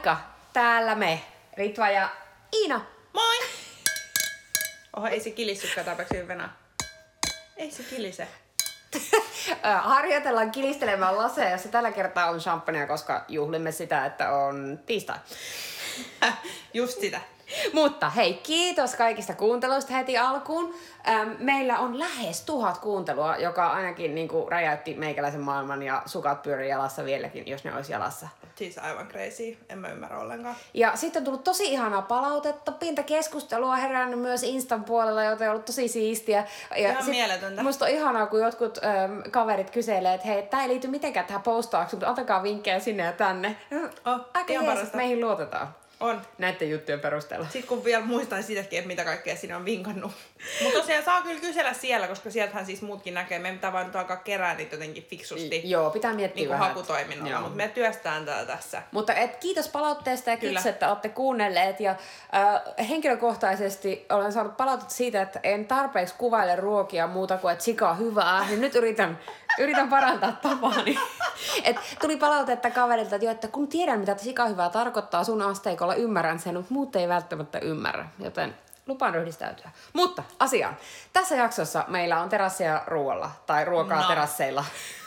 Moikka! Täällä me, Ritva ja Iina. Moi! Oho, ei se kilissykään tarpeeksi hyvänä. Ei se kilise. Harjoitellaan kilistelemään laseja, jossa tällä kertaa on champagnea, koska juhlimme sitä, että on tiistai. Just sitä. Mutta hei, kiitos kaikista kuunteluista heti alkuun. Meillä on lähes 1000 kuuntelua, joka ainakin niinku räjäytti meikäläisen maailman ja sukat pyörii jalassa vieläkin, jos ne olisi jalassa. Siis aivan crazy. En mä ymmärrä ollenkaan. Ja sitten on tullut tosi ihanaa palautetta, pinta keskustelua herännyt myös Instan puolella, joten on ollut tosi siistiä. Ja ihan mieletöntä. Musta on ihanaa, kun jotkut kaverit kyselee, että hei, tää ei liity mitenkään tähän postaukseen, mutta antakaa vinkkejä sinne ja tänne. Aika jees, että meihin luotetaan. On. Näiden juttujen perusteella. Sitten kun vielä muistan sitäkin, että mitä kaikkea siinä on vinkannut. Mutta tosiaan saa kyllä kysellä siellä, koska sieltähän siis muutkin näkee. Me pitää vaan nyt alkaa kerää niitä jotenkin fiksusti. Joo, pitää miettiä niin vähän. Hakutoiminnalla, mutta me työstään tätä tässä. Mutta kiitos palautteesta ja kiitos, että olette kuunnelleet. Ja henkilökohtaisesti olen saanut palautetta siitä, että en tarpeeksi kuvaile ruokia muuta kuin, että sika on hyvää. Ja nyt yritän parantaa tapaani. Tuli palautetta kaverilta, että kun tiedän, mitä sika hyvää tarkoittaa sun asteikolla, ymmärrän sen, mutta muut ei välttämättä ymmärrä. Joten lupaan ryhdistäytyä. Mutta asiaan. Tässä jaksossa meillä on terassia ruoalla. Tai ruokaa terasseilla.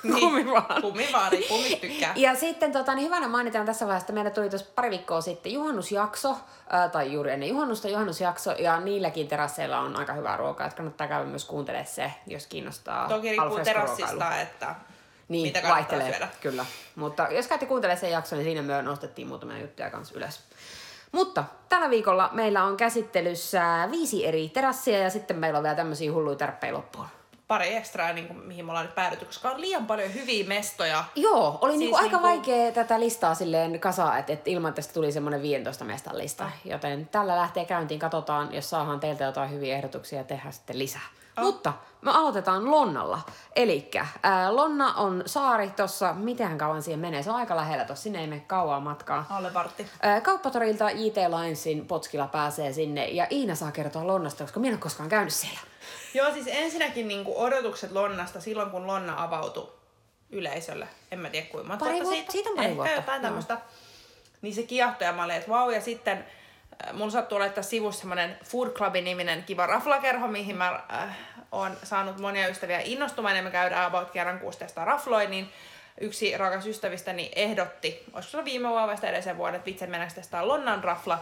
Kumivaari, kumit tykkää. Ja sitten hyvänä mainitaan tässä vaiheessa, että meillä tuli tuossa pari viikkoa sitten juhannusjakso. Tai juuri ennen juhannusjakso. Ja niilläkin terasseilla on aika hyvää ruokaa. Että kannattaa käydä myös kuuntelemaan se, jos kiinnostaa. Toki riippuu terassista, että niin, mitä kannattaa vaihtelee, syödä. Kyllä. Mutta jos käytte kuuntelemaan sen jakson, niin siinä me nostettiin muutamia juttuja kanssa ylös. Mutta tällä viikolla meillä on käsittelyssä 5 eri terassia ja sitten meillä on vielä tämmöisiä hulluja tärppejä loppuun. Pari ekstraa, niin kuin, mihin me ollaan nyt päädytty, koska on liian paljon hyviä mestoja. Joo, oli siis aika vaikea tätä listaa silleen kasaa, että ilman tästä tuli semmoinen 15 mestan lista. Joten tällä lähtee käyntiin, katsotaan, jos saadaan teiltä jotain hyviä ehdotuksia ja tehdään sitten lisää. Mutta me aloitetaan Lonnalla. Elikkä Lonna on saari tossa, mitenhän kauan siihen menee? Se on aika lähellä tossa, sinne ei mene kauan matkaa. Alle vartti. Kauppatorilta J.T. Linesin Potskilla pääsee sinne ja Iina saa kertoa Lonnasta, koska minä en ole koskaan käynyt siellä. Joo, siis ensinnäkin niin kuin odotukset Lonnasta silloin, kun Lonna avautui yleisölle. En mä tiedä kuinka monta vuotta siitä on pari vuotta. Ehkä jotain tämmöistä. Niin se kiehtoi ja mä olin, että vau. Ja sitten mun sattuu laittaa sivussa semmonen Food Clubin-niminen kiva raflakerho, mihin mä oon saanut monia ystäviä innostumaan. Ja me käydään about kerran kuusi testaa rafloja, niin yksi rakas ystävistäni ehdotti, olisiko se viime vuodesta edellisen vuoden, että vitsi mennäänkö testaa Lonnan rafla.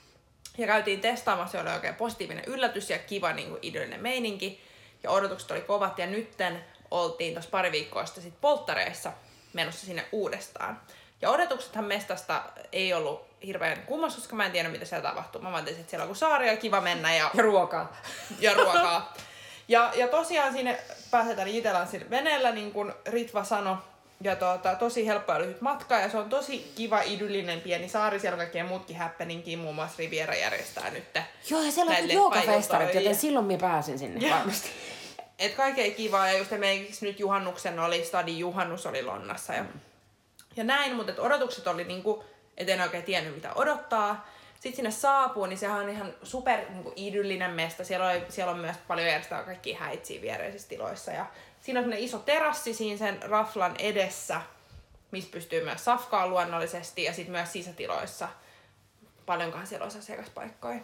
Ja käytiin testaamassa, se oli oikein positiivinen yllätys ja kiva niin kuin idyllinen meininki. Ja odotukset oli kovat ja nytten oltiin tuossa pari viikkoa sitten sit polttareissa menossa sinne uudestaan. Ja odotuksethan mestasta ei ollut hirveän kummos, koska mä en tiedä mitä siellä tapahtuu. Mä ajattelin, että siellä on saari ja kiva mennä. Ja ruokaa. Ja ruokaa. Ja tosiaan sinne pääsetään Itellan veneellä, niin kuin Ritva sanoi. Ja tosi helppo ja lyhyt matka ja se on tosi kiva, idyllinen pieni saari. Siellä on kaikkea muutkin happeningkin, muun muassa Riviera järjestää nyt. Joo, ja siellä on juokafestarit, joten silloin minä pääsin sinne varmasti. Et kaikkea kivaa ja just esimerkiksi nyt juhannuksen oli, stadin juhannus oli Lonnassa ja näin, mutta odotukset oli niinku, et en oikein tiennyt mitä odottaa. Sitten sinne saapuu, niin sehän on ihan super niinku idyllinen mesta. Siellä on myös paljon järjestetään kaikkia häitsiä viereisissä tiloissa ja siinä on semmoinen iso terassi siinä sen raflan edessä, missä pystyy myös safkaa luonnollisesti ja sitten myös sisätiloissa. Paljonkohan siellä olisi asiakaspaikkoja.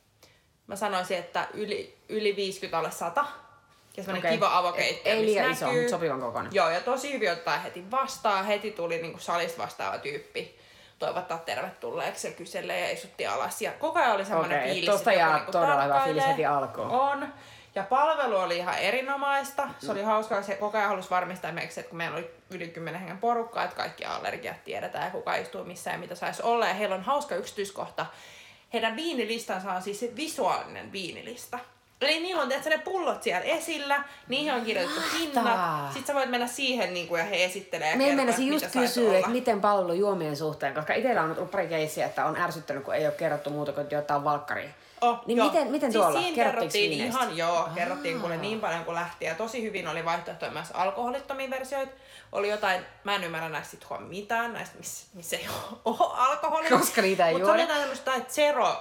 Mä sanoisin, että yli 50 alle 100. Ja semmoinen kiva avokeittiö, ei liian iso, mutta sopivan kokoinen. Joo, ja tosi hyvin ottaa heti vastaan. Heti tuli niinku salista vastaava tyyppi toivottaa tervetulleeksi ja kyselee ja istutti alas. Ja koko ajan oli semmoinen fiilis. Tosta jää niinku todella hyvä fiilis heti alkuun. On. Ja palvelu oli ihan erinomaista. Se oli hauskaa. Se koko ajan halusi varmistaa esimerkiksi, että kun meillä oli yli 10 hengen porukkaa, että kaikki allergiat tiedetään ja kuka istuu missään ja mitä saisi olla. Ja heillä on hauska yksityiskohta. Heidän viinilistansa on siis visuaalinen viinilista. Eli niillä on ne pullot siellä esillä, niihin on kirjoitettu hinnat. Sitten sä voit mennä siihen niin kuin, ja he esittelee ja kertoo, että just kysyä, että miten palvelu juomien suhteen, koska itsellä on nyt ollut pari keissiä, että on ärsyttänyt, kun ei ole kerrottu muuta kuin jotain valkkaria. Niin miten tuolla? Siis kerrottiin ihan kerrottiin kuule niin paljon kuin lähti ja tosi hyvin oli vaihtoehtoja myös alkoholittomia versioita. Oli jotain, mä en ymmärrä näistä sit mitään, näistä missä ei ole alkoholia. Koska niitä ei juoda. Mutta se oli tämmöistä zero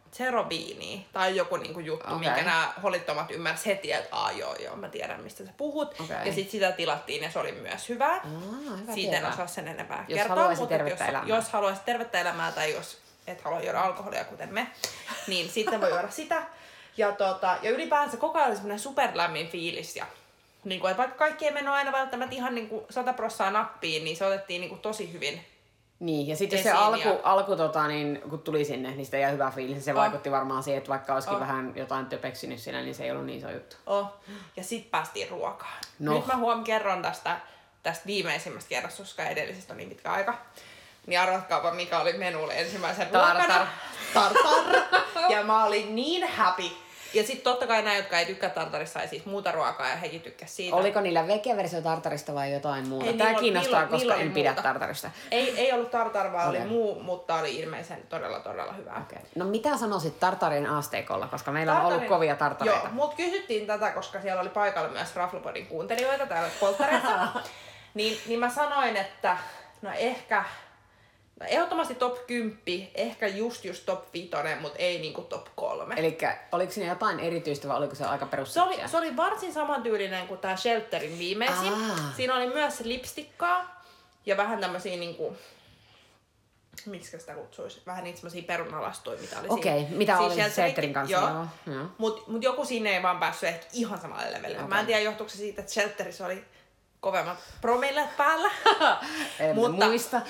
Zerobiiniä tai joku niinku juttu, minkä nämä holittomat ymmärsivät heti, että joo, mä tiedän mistä sä puhut. Ja sit sitä tilattiin ja se oli myös hyvää. Hyvä siitä en osaa sen enempää jos kertoa. Haluaisit tervettä elämää. Jos haluaisit tervettä elämää tai jos et halua juoda alkoholia kuten me, niin sitten voi juoda sitä. Ja ylipäänsä koko ajan oli semmoinen superlämmin fiilis. Ja, niin kuin, että vaikka kaikki ei mennyt aina välttämättä ihan niin kuin 100% nappiin, niin se otettiin niin kuin tosi hyvin. Niin, ja sitten se alku niin, kun tuli sinne, niin sitä jäi hyvä fiilis. Se vaikutti varmaan siihen, että vaikka olisikin vähän jotain töpeksynyt siinä, niin se ei ollut niin iso juttu. Ja sitten päästiin ruokaan. No. Nyt mä kerron tästä viimeisimmästä kerrasta, koska edellisestä on niin pitkä aika. Niin arvatkaapa, mikä oli menulle ensimmäisen ruokana. Tartar. Ja mä olin niin happy. Ja sitten totta kai nämä, jotka ei tykkää tartarista, sai siis muuta ruokaa ja hekin tykkäsivät siitä. Oliko niillä vegeversio tartarista vai jotain muuta? Tämä kiinnostaa, koska en pidä tartarista. Ei ollut tartar, vaan oli muu, mutta oli ilmeisen todella hyvää. Okay. No mitä sanoisit tartarin asteikolla, koska meillä on ollut kovia tartareita. Joo, mut kysyttiin tätä, koska siellä oli paikalla myös Raflopodin kuuntelijoita täällä polttareissa. niin mä sanoin, että no ehkä... ehdottomasti top 10, ehkä just top 5, mutta ei niinku top 3. Elikkä oliko siinä jotain erityistä vai oliko se aika perus? Se oli varsin samantyylinen kuin tää Shelterin viimeisin. Siinä oli myös lipstikkaa ja vähän tämmösiä niinku... Miksi sitä kutsuisi? Vähän niitä semmosia perunalastuja, mitä oli Okei, mitä siinä oli Shelterin kanssa? Joo. Mut joku siinä ei vaan päässyt ehkä ihan samalle levelille. Mä en tiedä, johtuuko se siitä, että Shelterissä oli kovemmat promillet päällä. En muista.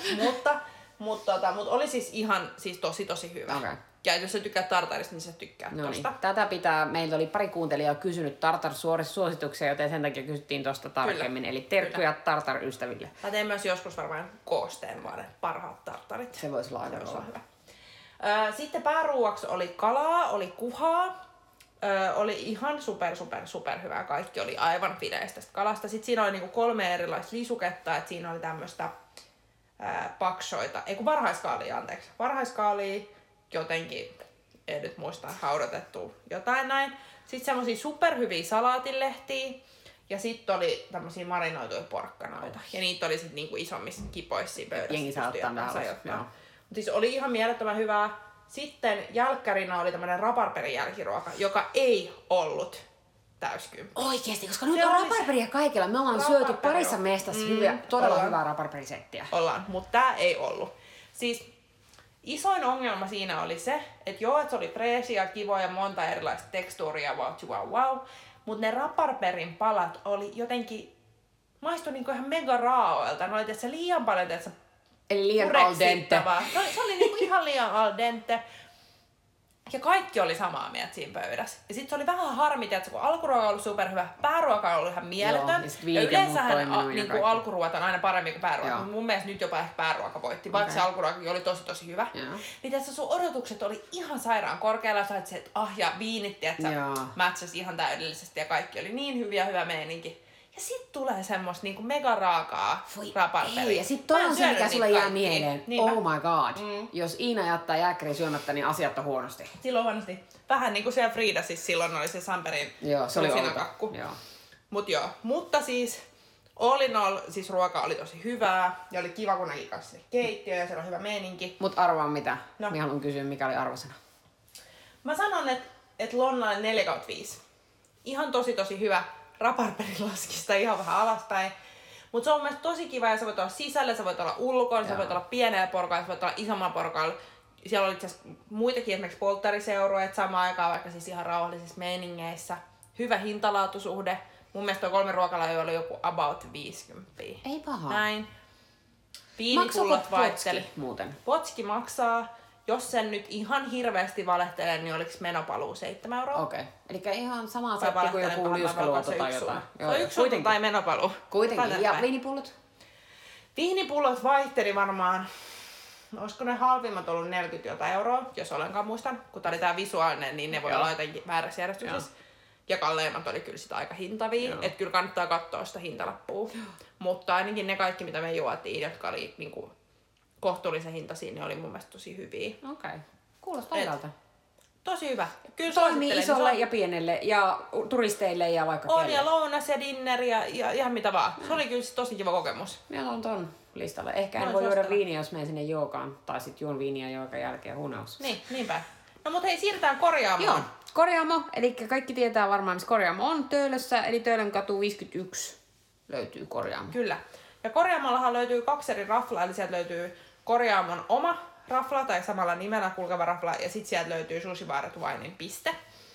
Mutta oli siis ihan tosi hyvä. Okay. Ja jos sä tykkää tartarista, niin sä tykkää tosta. Niin. Tätä pitää, meiltä oli pari kuuntelijaa kysynyt tartar-suosituksia, joten sen takia kysyttiin tosta tarkemmin. Eli terkkuja tartar-ystäville. Mä teen myös joskus varmaan koosteen vaan, että parhaat tartarit. Se voisi olla aivan hyvä. Sitten pääruuaksi oli kalaa, oli kuhaa. Oli ihan super hyvää. Kaikki oli aivan fileistä tästä kalasta. Sitten siinä oli niinku 3 erilaista lisuketta. Et siinä oli tämmöstä paksoita, varhaiskaalia, jotenkin, en nyt muista, haudatettu jotain näin. Sitten semmosia superhyviä salaatilehtiä ja sitten oli tämmösiä marinoituja porkkanoita. Ja niitä oli sitten niinku isommissa kipoissa siinä pöydässä. Jengi saa ottaa. Mutta siis oli ihan mielettömän hyvää. Sitten jälkkärinä oli tämmönen raparperin jälkiruoka, joka ei ollut täyskymppi. Oikeesti, koska nyt on raparperia kaikilla. Me ollaan syöty parissa mestassa todella hyvää raparperisettiä. Ollaan, mutta tää ei ollut. Siis isoin ongelma siinä oli se, että se oli freesia, kivoja, monta erilaista tekstuuria, wow. Mutta ne raparperin palat oli jotenkin, maistui niinku ihan mega raaoilta. Ne oli tässä liian paljon tässä eli liian al dente. Se oli niinku ihan liian al dente. Ja kaikki oli samaa mieltä siinä pöydässä. Ja sit se oli vähän harmi, että kun alkuruoka oli superhyvä, pääruoka oli ihan mieletön. Ja yleensähän niinku alkuruoat on aina paremmin kuin pääruoka. Mun mielestä nyt jopa ehkä pääruoka voitti, vaikka se alkuruokakin oli tosi hyvä. Niin tässä sun odotukset oli ihan sairaan korkealla. Sä olit että ja viinitti, että sä matchasi ihan täydellisesti ja kaikki oli niin hyvä meininki. Ja sit tulee semmos niinku mega raakaa raparperia. Ja sit toi on se, mikä sulle jää mieleen. Oh my god. Jos Iina jättää jääkäriä syömättä, niin asiat on huonosti. Silloin huonosti. Vähän niinku siellä Frida siis silloin oli se Samperin rusinakakku. Mutta siis all in all, siis ruoka oli tosi hyvää. Ja oli kiva, kun näki kanssa keittiö ja siellä on hyvä meininki. Mut arvaa mitä? No. Minä haluan kysyä, mikä oli arvosana. Mä sanon, että Lonna oli 4/5. Ihan tosi hyvä. Raparperin laskista ihan vähän alaspäin. Mutta se on mielestäni tosi kiva ja sä voit olla sisällä, sä voit olla ulkona, sä voit olla pienellä porukalla, sä voit olla isommalla porukalla. Siellä oli itse asiassa muitakin esimerkiksi polttariseuroja samaan aikaan, vaikka siis ihan rauhallisissa meiningeissä. Hyvä hintalaatusuhde. Mun mielestä tuo 3 ruokalajia oli joku about 50. Ei paha. Näin. Viinipullot vaihteli. Muuten? Potski maksaa. Jos sen nyt ihan hirveästi valehtelee, niin oliko menopaluu 7 €? Okei. Elikkä ihan sama setti kuin joku liuskaluoto tai jotain. Se on 1 suntu tai menopaluu. Kuitenkin. Ja viinipullot? Viinipullot vaihteli varmaan, olisiko ne halvimmat ollut 40 jotain €, jos ollenkaan muistan. Kun tää oli tää visuaalinen, niin ne voi olla jotenkin väärässä järjestyksessä. Ja kalleimmat oli kyllä sitä aika hintavia. Että kyllä kannattaa katsoa sitä hintalappua. Mutta ainakin ne kaikki, mitä me juotiin, jotka oli niinku kohtuullisen hintaisia, niin oli mun mielestä tosi hyviä. Okei. Kuulostaa hyvältä. Tosi hyvä. Kyllä toimii isolle ja pienelle ja turisteille ja vaikka on ja lounas ja dinner ja ihan mitä vaan. Se oli kyllä tosi kiva kokemus. Minä on ton listalle. Ehkä en voi juoda viiniä, jos menen sinne joogaan. Tai sit juon viiniä joogan jälkeen, who knows. Niin, niinpä. No mut hei, siirrytään korjaamoon. Joo, korjaamo, eli kaikki tietää varmaan, missä korjaamo on Töölössä, eli Töölön katu 51 löytyy korjaamo. Kyllä. Ja korjaamollahan löytyy 2 eri raflaa, eli sieltä löytyy korjaamon oma rafla tai samalla nimellä kulkeva rafla, ja sitten sieltä löytyy Sushi Bar & Winein piste.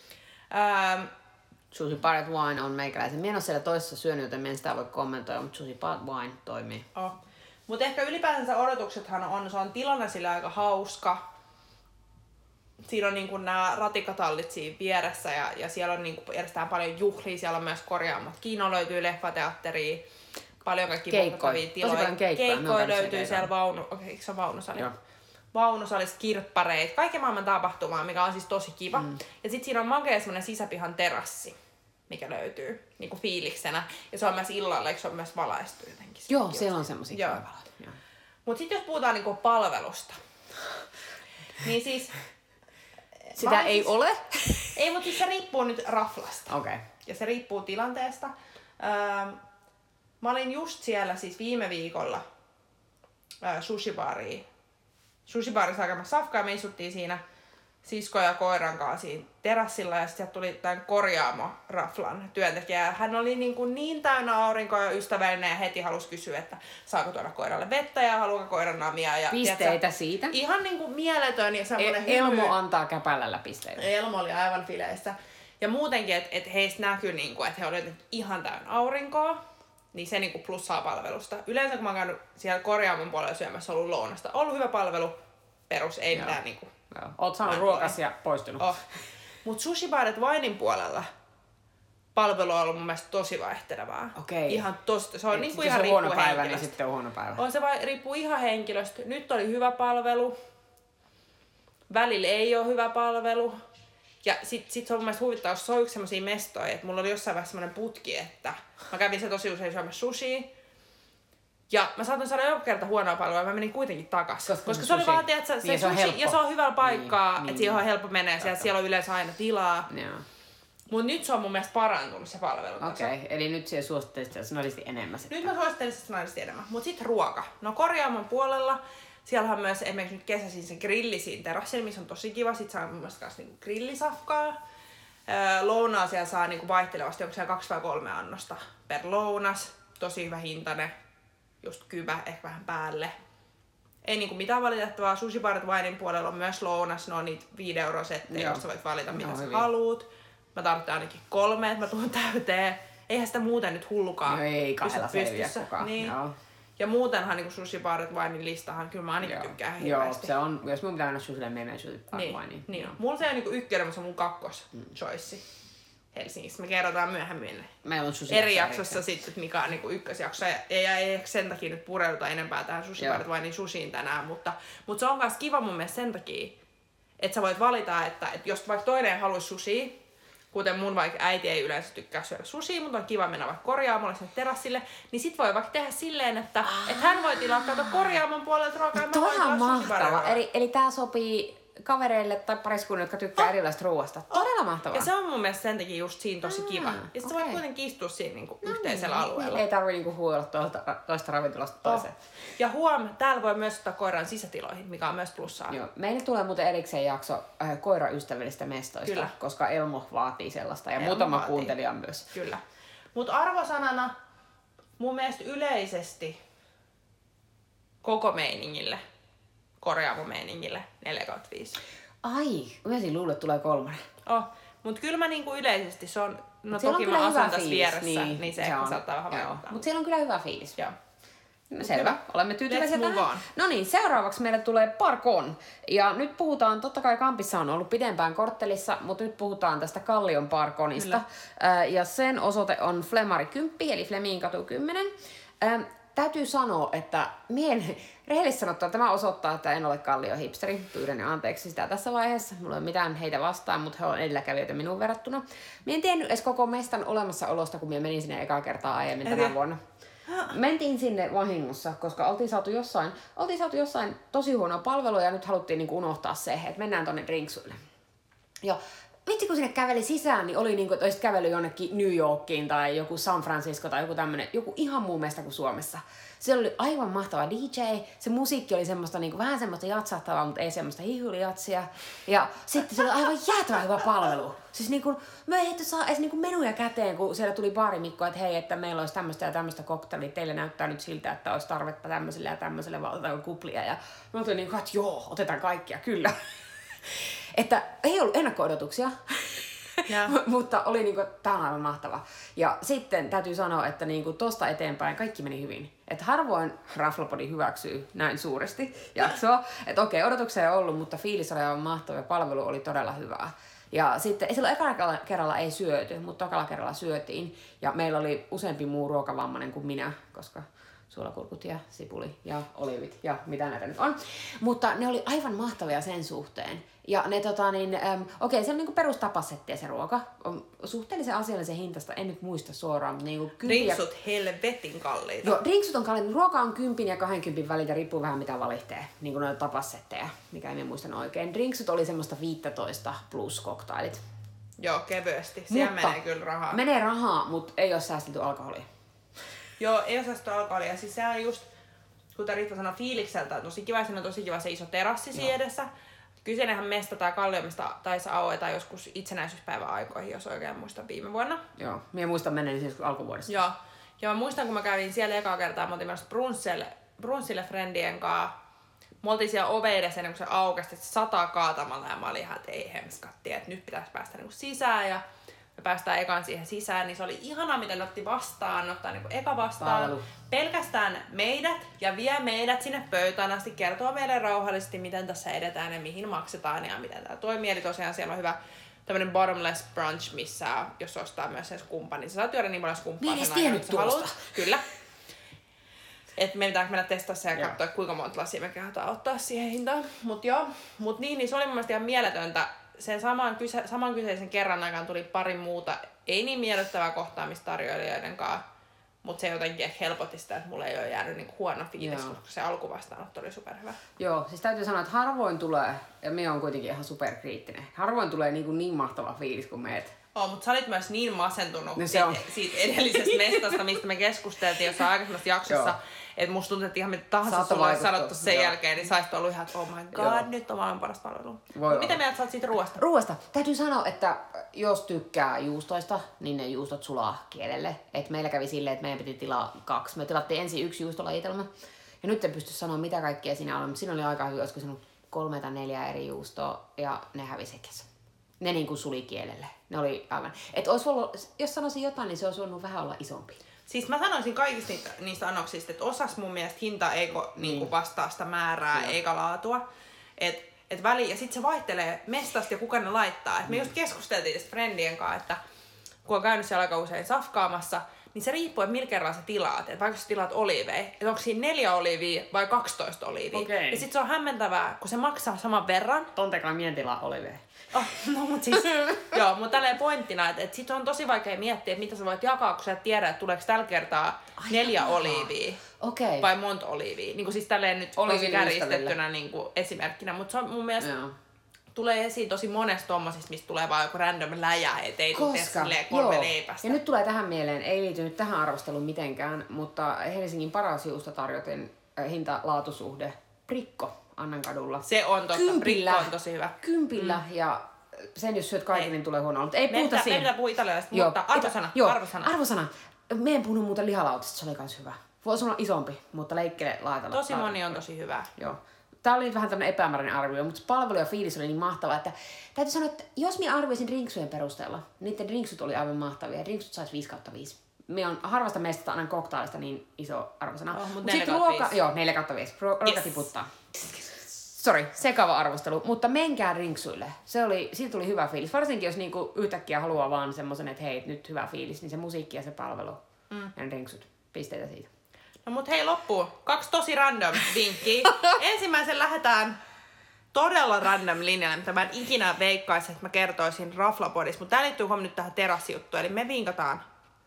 Sushi Bar & Wine on meikäläisen. Mie en ole siellä toisessa syönyt, joten mie en sitä voi kommentoida, mutta Sushi Bar & Wine toimii. Oh. Mutta ehkä ylipäänsä odotuksethan se on tilana sillä aika hauska. Siinä on niinku nämä ratikatallit siinä vieressä ja siellä on niinku järjestetään paljon juhlia, siellä on myös korjaamot. Kino löytyy, leffateatteria, paljon kaikkia vuokrattavia tiloja. Tosi paljon keikkoja. Keikkoja löytyy siellä eikö se on vaunusali? Joo. Vaunusalissa, kirppareita, kaiken maailman tapahtumaa, mikä on siis tosi kiva. Ja sit siinä on makea semmonen sisäpihan terassi, mikä löytyy niinku fiiliksenä. Ja se on myös illalla, eikö se on myös valaistu jotenkin? Joo, siellä on semmosia valot. Mut sit jos puhutaan niinku palvelusta, niin siis... Sitä ei ole? Ei, mutta siis se riippuu nyt raflasta. Okei. Ja se riippuu tilanteesta. Mä olin just siellä siis viime viikolla sushibaarissa hakemassa safkaa, ja me istuttiin siinä sisko ja koiran kanssa siinä terassilla, ja sitten tuli tämän korjaamo-raflan työntekijä. Hän oli niin täynnä aurinkoa ja ystävällinen, ja heti halusi kysyä, että saako tuoda koiralle vettä ja haluaako koiran namia. Ja, pisteitä tiedätkö, siitä. Ihan mieletön ja semmoinen Elmo antaa käpälällä pisteitä. Elmo oli aivan fileissä. Ja muutenkin, että heistä näkyi, että he olivat ihan täynnä aurinkoa, niin se plussaa palvelusta. Yleensä kun mä oon käynyt siellä korjaamon puolella syömässä, ollut lounasta. Ollut hyvä palvelu, perus, ei mitään Joo. Oot saanut ruokas ja poistunut. Oh. Mut Sushi Bar & Winein puolella palvelu on ollut mun mielestä tosi vaihtelevaa. Okei. Ihan tosi. Se on ihan riippuu huono päivä, henkilöstä. niin sitten on huono päivä. On se riippuu ihan henkilöstä. Nyt oli hyvä palvelu. Välillä ei ole hyvä palvelu. Ja sit se on mun mielestä huvittavaa, jos se on yksi semmosia mestoja, että mulla oli jossain vaiheessa semmonen putki, että mä kävin se tosi usein syömässä sushia. Ja mä saatoin saada joku kerta huonoa palvelua ja mä menin kuitenkin takas. Koska se oli vaan, että se niin, sushi ja se on hyvällä paikkaa, niin, että siihen on helppo mennä ja siellä on yleensä aina tilaa. Joo. Mut nyt se on mun mielestä parantunut se palvelu. Okei, eli nyt siellä suosittelisit snadisti enemmän sitten. Nyt mä suosittelisin snadisti enemmän. Mut sit ruoka. No korjaamon puolella, siellä on myös esimerkiksi nyt kesäisin se grilli siinä terassilla, missä on tosi kiva. Sit saa mun mielestä kans grillisafkaa. Lounaa siellä saa vaihtelevasti, onko siellä 2 vai 3 annosta per lounas. Tosi hyvä hintainen. Just kyvä, ehkä vähän päälle. Ei mitään valitettavaa. Sushi Bar & Winein puolella on myös lounas. Ne on niitä 5 € settejä, josta voit valita mitä sä haluut. Mä tarvitsen ainakin 3, että mä tuun täyteen. Eihän sitä muuten nyt hullukaan pystyssä. Niin. Ja muutenhan Sushi Bar & Winein listahan, kyllä mä ainakin tykkään hirveästi. Joo, se on, jos mun pitää mennä sushille, menen Sushi Bar & Wineen. Niin. Mulla se on ykkönen, mutta se on mun choice. Helsingissä. Me kerrotaan myöhemmin eri jaksossa sitten, mikä on ykkösjakso. Ja ei sen takia nyt pureuduta enempää tähän Sushi Bar & Winein sushiin tänään, mutta se on myös kiva mun mielestä sen takia, että sä voit valita, että jos vaikka toinen haluaisi sushia, kuten mun vaikka äiti ei yleensä tykkää syödä sushia, mutta on kiva mennä vaikka korjaamolle sinne terassille, niin sit voi vaikka tehdä silleen, että hän voi tilaa korjaamon puolelta ruokaa ja mä voin tilaa Sushi Bar & Wine. Eli tää sopii kavereille tai pariskunnille, jotka tykkää erilaisesta ruoasta. Todella mahtavaa. Ja se on mun mielestä sen takia just siinä tosi kiva. Ja sit sä voit kuitenkin istua siinä yhteisellä alueella. Ei tarvii huoilla toista ravintolasta toiseen. Ja täällä voi myös ottaa koiran sisätiloihin, mikä on myös plussaa. Joo. Meille tulee muuten erikseen jakso koiraystävällistä mestoista, kyllä, koska Elmo vaatii sellaista ja muutama kuuntelija myös. Kyllä. Mut arvosanana mun mielestä yleisesti koko meiningille, korjaamo-meiningille 4/5. Ai, mä luulen, että tulee 3. Mut kyllä mä yleisesti se on, no toki mä asun tässä vieressä, niin se ehkä saattaa vähän vaikuttaa. Mut siellä on kyllä hyvä fiilis. Joo. No selvä, olemme tyytyväisiä tähän. No niin, seuraavaksi meille tulee Parkon. Ja nyt puhutaan, totta kai Kampissa on ollut pidempään korttelissa, mutta nyt puhutaan tästä Kallion Parkonista. Ja sen osoite on Flemari 10, eli Fleminkatu 10. Täytyy sanoa, että rehellisesti sanottuna tämä osoittaa, että en ole Kallio-hipsteri. Pyydän anteeksi sitä tässä vaiheessa. Mulla ei ole mitään heitä vastaan, mutta he on edelläkävijöitä minun verrattuna. Mä en tiennyt edes koko mestan olemassaolosta, kun mä menin sinne ekaa kertaa aiemmin tänä vuonna. Mentiin sinne vahingossa, koska oltiin saatu jossain tosi huonoa palvelua ja nyt haluttiin unohtaa se, että mennään tonne drinksuille. Ja vitsi kun sinne käveli sisään, niin oli niinku, että olisit kävellyt jonnekin New Yorkiin tai joku San Francisco tai joku tämmönen, joku ihan muu mesta kuin Suomessa. Siellä oli aivan mahtava DJ, se musiikki oli semmoista niinku, vähän semmoista jatsahtavaa, mutta ei semmoista hihulijatsia. Ja sitten se oli aivan jäätävän hyvä palvelu. Siis niinku, me ei saa edes niinku menuja käteen, kun siellä tuli baarimikko, että hei, että meillä olisi tämmöistä ja tämmöistä cocktailia, teille näyttää nyt siltä, että olisi tarvetta tämmöiselle ja tämmöiselle, vaan otetaan kuplia. Ja mä olin niinku, että joo, otetaan kaikkia, kyllä. Että ei ollut ennakko-odotuksia, mutta oli niinku, tää on aivan mahtava. Ja sitten täytyy sanoa, että niinku tosta eteenpäin kaikki meni hyvin. Että harvoin Raflapodi hyväksyy näin suuresti jaksoa. Että okei, odotuksia ei ollut, mutta fiilis oli aivan mahtava ja palvelu oli todella hyvää. Ja sitten silloin ekalla kerralla ei syöty, mutta tokalla kerralla syötiin. Ja meillä oli useampi muu ruokavammainen kuin minä, koska suolakurkut ja sipuli ja olivit ja mitä näitä nyt on. Mutta ne oli aivan mahtavia sen suhteen. Ja ne okei, se on niinku perustapassettia se ruoka. On suhteellisen asiallisen hintasta, en nyt muista suoraan. Mutta niinku drinksut helvetin kalliita. Joo, drinksut on kalliita. Ruoka on 10 ja 20 välillä, riippuu vähän mitä valitee. Niinku noita tapassetteja, mikä en muistan oikein. Drinksut oli semmoista 15 plus koktailit. Joo, kevyesti. Siellä menee kyllä rahaa. Menee rahaa, mutta ei ole säästetty alkoholia. Joo, ei ole säästetty alkoholia. Siis sehän on just, kuten Riitta sanoi, fiilikseltä, tosi kiva, siinä on tosi kiva se iso terassi siinä edessä. Kyseinenhän mesta tai kalliomista taisi aueta joskus itsenäisyyspäivän aikoihin, jos oikein muistan viime vuonna. Joo, minä muistan menneen siis alkuvuodesta. Joo, ja mä muistan kun mä kävin siellä ekaa kertaa, mä oltiin myös brunssille friendien kanssa. Me oltiin siellä ove edessä ennen kuin se aukesi, että 100 kaatamalla ja mä olin ihan, että ei hemskatti, että nyt pitäisi päästä niinku sisään ja me päästään ekan siihen sisään, niin se oli ihanaa, miten ne otti vastaan, ottaa niinku eka vastaan. Palvelu. Pelkästään meidät ja vie meidät sinne pöytään asti, kertoo meille rauhallisesti, miten tässä edetään ja mihin maksetaan ja miten tämä toimii. Eli tosiaan siellä on hyvä tämmönen bottomless brunch, missä jos ostaa myös sen skumpan, niin sä saat juoda niin paljon skumppaa sen aikana, että sä haluat. Kyllä. Et me pitää mennä testaa se ja katsoa, kuinka monta lasia me kehdotaan ottaa siihen hintaan. Mut niin se oli mun mielestä ihan mieletöntä. Sen saman kyseisen kerran aikaan tuli pari muuta, ei niin miellyttävää kohtaamista tarjoilijoiden kanssa, mutta se jotenkin ehkä helpotti sitä, että mulla ei ole jäänyt niinku huono fiilis, koska se alkuvastaanotto oli superhyvä. Joo, siis täytyy sanoa, että harvoin tulee, ja me on kuitenkin ihan superkriittinen, harvoin tulee niin mahtava fiilis kuin meet. Mutta sä olit myös niin masentunut siitä edellisestä mestasta, mistä me keskusteltiin jossain aikaisemmassa jaksossa, että musta tuntuu, että ihan mitä tahansa sulla olisi sanottu sen jälkeen, niin saisit ollut ihan, että oh my god, nyt on maailman paras palvelu. Miten mieltä sä oot siitä ruoasta? Ruoasta. Täytyy sanoa, että jos tykkää juustoista, niin ne juustot sulaa kielelle. Et meillä kävi silleen, että meidän piti tilaa 2. Me tilattiin ensin 1 juustolajitelma. Ja nyt en pysty sanoa, mitä kaikkea siinä oli, mutta siinä oli aika hyvä, olisiko sinun 3 tai 4 eri juustoa, ja ne hävisi kesä. Ne niinku suli kielelle. Ne oli aivan. Et olisi ollut, jos sanoisin jotain, niin se olisi voinut vähän olla isompi. Siis mä sanoisin kaikista niistä annoksista, että osas mun mielestä hinta ei niinku vastaa sitä määrää eikä laatua. Et väliin, ja sit se vaihtelee mestasta ja kuka ne laittaa. Et me just keskusteltiin tästä friendien kanssa, että kun on käynyt siellä aika usein safkaamassa, niin se riippuu, että millä kerralla sä tilaat. Et vaikka sä tilaat oliiveja, että onko siinä 4 oliivia vai 12 oliivia. Okay. Ja sit se on hämmentävää, kun se maksaa saman verran. Tontekaan mien tilaa oliiveja. No mut siis, joo, mutta tälleen pointtina, että sit on tosi vaikea miettiä, että mitä sä voit jakaa, kun sä et tiedä, että tuleeko tällä kertaa 4 oliivia vai monta oliivia. Niin kuin siis tälleen nyt tosi kärjistettynä niin kuin esimerkkinä, mutta se on mun mielestä tulee esiin tosi monesta tommosista, mistä tulee vaan joku random läjä, et ei tule silleen 3 leipästä. Ja nyt tulee tähän mieleen, ei liity nyt tähän arvosteluun mitenkään, mutta Helsingin paras juustotarjotin hinta-laatusuhde Prikko Annankadulla. Se on totta, Prikko on tosi hyvä. 10 ja sen jos syöt kaiken, niin tulee huono. Mutta ei puhuta siihen. Me pitää puhua italialaisesti, mutta arvosana. Me en puhunut muuten lihalautista, se oli kans hyvä. Voisi olla isompi, mutta leikkele laitella. Tosi moni on tosi hyvä. Joo. Tää oli vähän tämmönen epämääräinen arvio, mutta palvelu ja fiilis oli niin mahtava, että täytyy sanoa, että jos minä arvioisin drinksujen perusteella, niiden drinksut oli aivan mahtavia. Drinksut sais 5/5. Me on harvasta meistä aina koktaalista niin iso arvosana. Mutta 4/5. Joo, 4/5. Ruoka tiputtaa. Sori, sekava arvostelu, mutta menkää drinksuille. Siitä tuli hyvä fiilis. Varsinkin jos niinku yhtäkkiä haluaa vaan semmosen, että hei, nyt hyvä fiilis, niin se musiikki ja se palvelu ja ne drinksut. Pisteitä siitä. No mut hei, loppuu. 2 tosi random vinkkiä. Ensimmäisen lähdetään todella random linjalle, mitä mä en ikinä veikkaisi, että mä kertoisin Raflapodissa. Mutta tää liittyy huomioon nyt tähän terassijuttuun. Eli me vinkataan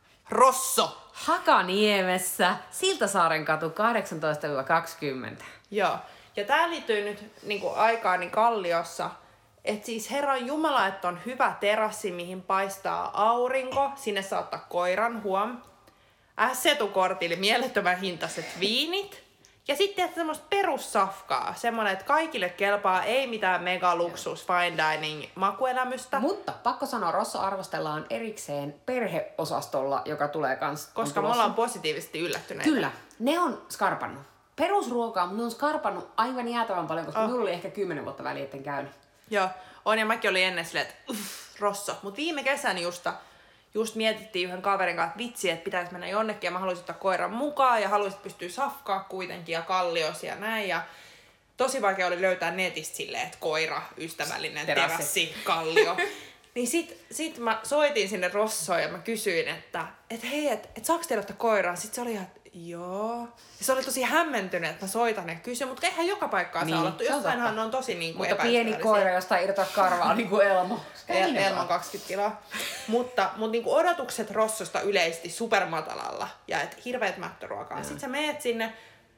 Rosso. Hakaniemessä, Siltasaaren katu 18-20. Joo. Ja tää liittyy nyt niinku aikaan niin Kalliossa. että siis Herran Jumala, että on hyvä terassi, mihin paistaa aurinko. Sinne saa ottaa koiran, huom. S-etukortille mielettömän hintaiset viinit. Ja sitten semmoista perussafkaa. Semmoinen, että kaikille kelpaa, ei mitään megaluksus, fine dining makuelämystä. Mutta pakko sanoa, Rosso arvostellaan erikseen perheosastolla, joka tulee kans. Koska me ollaan positiivisesti yllättyneitä. Kyllä, ne on skarpannut. Perusruokaa, mutta ne on skarpannut aivan jäätävän paljon, koska minulla oli ehkä 10 vuotta väliä, etten käynyt. Joo, on ja mäkin olin ennen silleen, että Rosso. Mut viime kesän just mietittiin yhden kaverin kanssa, että vitsi, että pitäisi mennä jonnekin ja mä haluaisin ottaa koiran mukaan ja haluaisin pystyä safkaa kuitenkin ja kallios ja näin. Ja tosi vaikea oli löytää netistä silleen, että koira, ystävällinen, terassi, kallio. Niin sit mä soitin sinne Rossoon ja mä kysyin, että hei, että saaks teillä ottaa koiraa? Sit se oli ihan, joo. Ja se oli tosi hämmentynyt, että mä soitan ja kysyn, mutta eihän joka paikkaa saa olla. Jostainhan ne on tosi niinku mutta pieni koira, josta irtoa karvaa, niin kuin Elmo. Elmo 20 kiloa. Mutta niinku odotukset Rossosta yleisesti supermatalalla ja et hirveet mättöruokaa. Sitten sä meet sinne,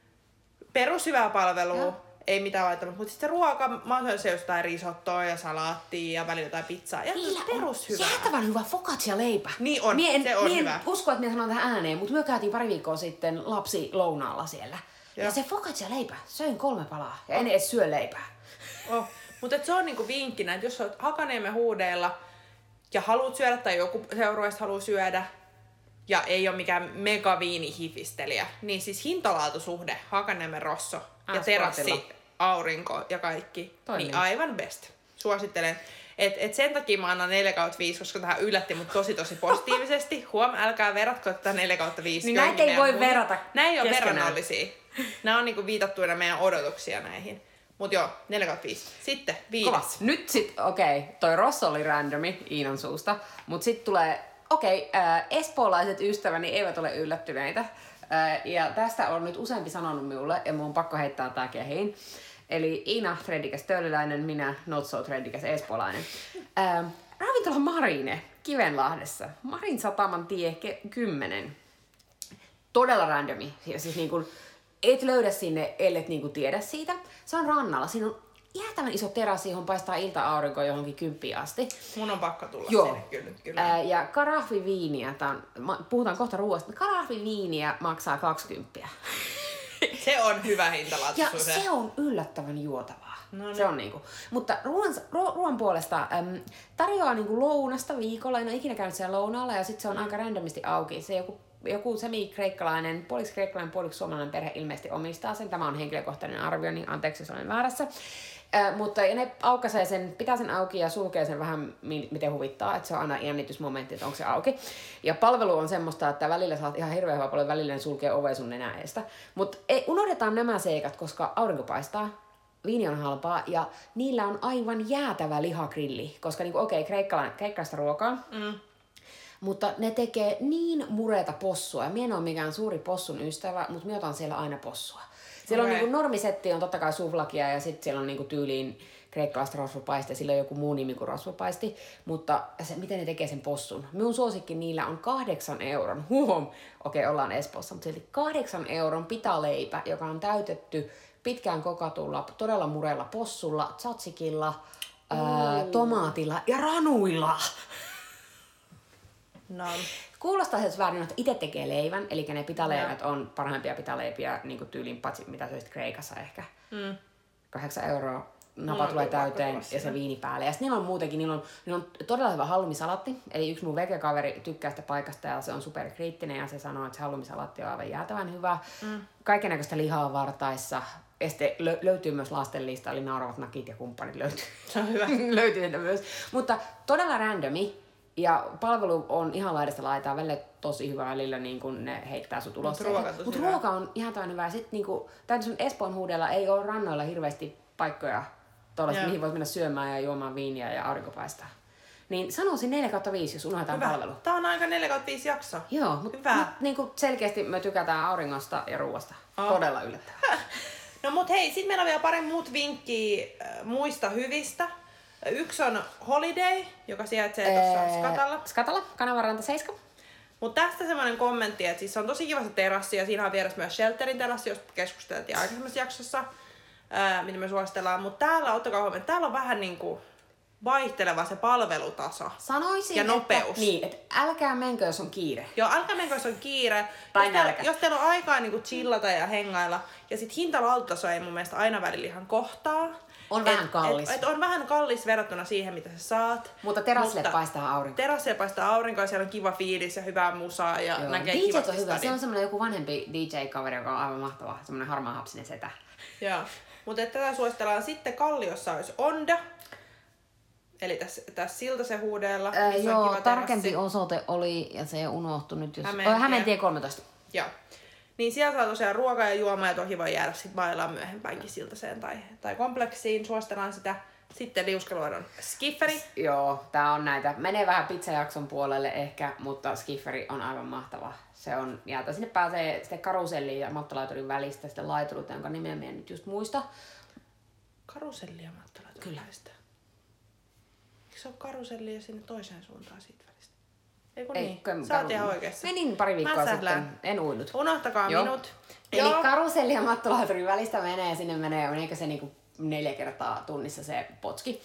perushyvää palvelua, ei mitään laittanut, mutta sitten se ruoka, mä oon se jostain risottoa ja salaattia ja välillä jotain pizzaa. Ja perushyvää. Jäätävän hyvä focaccia-leipä. Niin on, se on hyvä. En usko, että minä sanon tähän ääneen, mutta me käytiin pari viikkoa sitten lapsi lounaalla siellä. Ja se focaccia-leipä, söin 3 palaa ja en edes syö leipää. Mutta se on niinku vinkkinä, että jos olet Hakaniemen huudeilla ja haluat syödä tai joku seurueesta haluaa syödä ja ei ole mikään megaviinihifistelijä, niin siis hintalaatusuhde Hakaniemen Rosso ja terassi, aurinko ja kaikki, niin aivan best. Suosittelen. Et sen takia mä annan 4/5, koska tähän yllätti mut tosi positiivisesti. Huom, älkää verratko tätä 4/5. Niin näitä ei voi verrata. Nämä ei ole verrannollisia. Nämä on niinku viitattuina meidän odotuksia näihin. Mut joo, 4/5. Sitten 5. Nyt toi Rosso oli randomi Iinan suusta, mut sit tulee, espoolaiset ystäväni eivät ole yllättyneitä. Ja tästä on nyt useampi sanonut minulle, ja mun on pakko heittää tää kehiin. Eli Iina, threadikäs töölöläinen, minä, not so threadikäs espoolainen. Ravintola Marine, Kivenlahdessa. Marin sataman tie 10. Todella randomi. Siis niinku, et löydä sinne, ellet niinku tiedä siitä. Se on rannalla. Siinä on jäätävän iso terassi, johon paistaa ilta-aurinko johonkin 10 asti. Mun on pakko tulla sinne kyllä. Ja karahviviiniä, puhutaan kohta ruoasta, karahviviiniä maksaa 20. Se on hyvä hintalaatuisuus. Ja se on yllättävän juotavaa. No, se on niinku. Mutta ruoan puolesta tarjoaa niinku lounasta viikolla. En ole ikinä käynyt siellä lounaalla ja sitten se on aika randomisti auki. Se joku semi-kreikkalainen, puoliksi suomalainen perhe ilmeisesti omistaa sen. Tämä on henkilökohtainen arvio, niin anteeksi, jos olen väärässä. Mutta ne aukaisee sen, pitää sen auki ja sulkee sen vähän miten huvittaa, että se on aina jännitysmomentti, että onko se auki. Ja palvelu on semmoista, että välillä saat ihan hirveän hyvä paljon, välillä ne sulkee ovea sun nenä eestä. Mutta unohdetaan nämä seikat, koska aurinko paistaa, viini on halpaa ja niillä on aivan jäätävä lihagrilli, koska niinku, kreikkalaista ruokaa. Mutta ne tekee niin mureeta possua. Ja minä en ole mikään suuri possun ystävä, mutta minä otan siellä aina possua. Siellä on niinku normisetti, on totta kai suvlakia ja sitten siellä on niinku tyyliin kreikkalaista rasvapaisti ja sillä on joku muu nimi kuin rasvapaisti. Mutta se, miten ne tekee sen possun? Minun suosikki niillä on 8 euron. Ollaan Espoossa, mutta silti 8 euron pitaleipä, joka on täytetty pitkään kokatulla, todella murella possulla, tsatsikilla, tomaatilla ja ranuilla. No. Kuulostaa se väärin, että itse tekee leivän, eli ne pitaleivät on parhaimpia pitaleipiä niin kuin tyyliin patsi, mitä söisit Kreikassa ehkä. 8 euroa, napa tulee täyteen ja se viini päälle. Ja sitten niillä on muutenkin, niillä on todella hyvä halloumisalatti, eli yksi mun vegekaveri tykkää sitä paikasta ja se on superkriittinen ja se sanoo, että se halloumisalatti on aivan jäätävän hyvä. Kaikennäköistä lihaa vartaissa. Ja sitten löytyy myös lastenlista, eli nauravat nakit ja kumppanit löytyy. Se on hyvä. Löytyy sitä myös. Mutta todella randomi. Ja palvelu on ihan laidasta laitaa, välillä tosi hyvä välillä, niin kun ne heittää sut ulos. Mutta ruoka on ihan toinen hyvä. Sitten niin tämän sun Espoon huudella ei ole rannoilla hirveästi paikkoja, mihin voit mennä syömään ja juomaan viiniä ja aurinko paistaa. Niin sanoisin 4/5, jos unohdetaan palvelu. Tää on aika 4/5 jakso. Joo, mutta niin selkeästi me tykätään auringosta ja ruoasta. Todella yllättävää. No mut hei, sit meillä on vielä pari muut vinkkiä muista hyvistä. Yksi on Holiday, joka sijaitsee tuossa Skatalla. Skatalla, Kanavaranta 7. Mutta tästä semmoinen kommentti, että siis on tosi kiva se terassi ja siinä on vieressä myös Shelterin terassi, josta keskusteltiin aikaisemmassa jaksossa, mitä me suositellaan. Mutta täällä, ottakaa huomioon, täällä on vähän niinku vaihteleva se palvelutaso. Sanoisin, ja nopeus. Että älkää menkö, jos on kiire. Joo, älkää menkö, jos on kiire. Tai nälkä. Jos teillä on aikaa niinku chillata ja hengailla, ja sit hintalautataso ei mun mielestä aina välillä ihan kohtaa. On vähän kallis. On vähän kallis verrattuna siihen, mitä sä saat. Mutta terassille paistaa aurinko. Terassille paistaa aurinko ja siellä on kiva fiilis ja hyvää musaa ja näkee DJt kivasti on hyvä. stadin. Se on semmoinen joku vanhempi DJ-kaveri, joka on aivan mahtava. Semmoinen harmaahapsinen setä. Joo. Mutta tätä suositellaan sitten Kalliossa olisi Onda. Eli tässä Siltasen huudeella. Joo, tarkempi osoite oli, ja se unohtui nyt. Hämeentie 13. Joo. Niin siellä saa tosiaan ruokaa ja juomaa ja toki voi jäädä sit bailaan myöhempäänkin Siltaseen tai kompleksiin. Suositellaan sitä. Sitten liuskeluodon Skifferi. Joo, tää on näitä. Menee vähän pizzajakson puolelle ehkä, mutta Skifferi on aivan mahtava. Se on, ja sinne pääsee sitten karuselliin ja mattolaiturin välistä sitten laiturit, jonka nimeä me en nyt just muista. Karuselli ja mattolaiturin Kyllä. välistä. Eikö se ole karuselli ja sinne toiseen suuntaan siitä välistä? Eiku Ei, niin? Sä oot ihan oikeassa. Menin pari viikkoa sählään. sitten, en uinut. Unohtakaa Joo. minut. Eli karuselli ja mattolaiturin välistä menee, sinne meneekö se niinku 4 kertaa tunnissa se potski.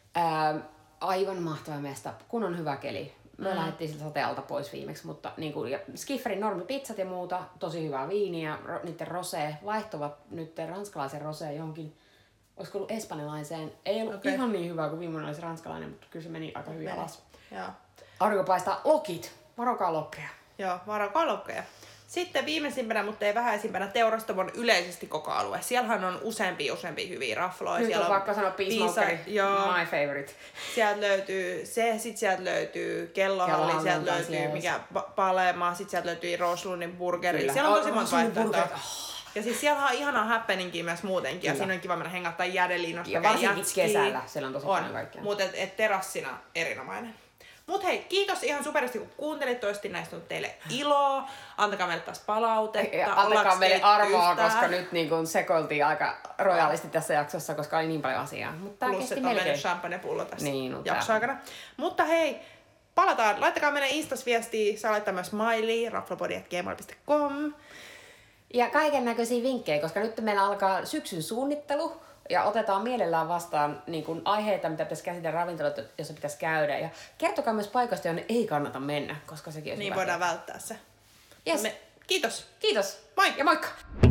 Aivan mahtava mesta, kun on hyvä keli. Me lähdettiin siltä satealta pois viimeksi, mutta niinku, ja Skifferin normipizzat ja muuta, tosi hyvää viiniä, niiden rosé, vaihtuvat nyt ranskalaisen rosé johonkin, olisiko ollut espanjalaiseen, ei ollut ihan niin hyvä kuin viimeinen olisi ranskalainen, mutta kyllä se meni aika hyvin alas. Joo. Aurinko paistaa, lokit, varokaa lokkeja. Joo, varokaa lokkeja. Sitten viimeisimpänä, mutta ei vähäisimpänä, Teurastamon yleisesti koko alue. Siellähän on useampia hyviä rafloja. Nyt siellä on pakko sanoa Peacemaker, my favorite. Sieltä löytyy se, sit sieltä löytyy Kellohalli, sieltä löytyy mikä Palema, sit sieltä löytyy Roslundin burgeri. Kyllä. Siellä on tosi monta vaihtoehtoa. Oh. Ja siis siellä on ihanaa happeningia myös muutenkin. Kyllä. Ja siinä on kiva mennä hengattaa Jädelinosta. Ja varsinkin kesällä, siellä on tosi paljon kaikkea. Mutta terassina erinomainen. Mut hei, kiitos ihan superisti kun kuuntelit. Toivottavasti näistä on teille iloa. Antakaa meille taas palautetta. Ja antakaa meille arvoa, yhtään. koska nyt niin kun sekoiltiin aika rojaalisti tässä jaksossa, koska oli niin paljon asiaa. Mutta tää Plus, kesti että on melkein. mennyt champagnepullo tässä Niin, jaksoaikana. Mutta hei, palataan. Laittakaa meille Instas viestiä. Saa laittaa myös smiley, raflapodi@gmail.com. Ja kaiken näköisiä vinkkejä, koska nyt meillä alkaa syksyn suunnittelu. Ja otetaan mielellään vastaan niin kun aiheita, mitä pitäisi käsitellä ravintoloita, jossa pitäisi käydä. Ja kertokaa myös paikoista, jonne ei kannata mennä, koska sekin on Niin voidaan välttää se. Yes. Kiitos. Kiitos. Moi. Ja moikka!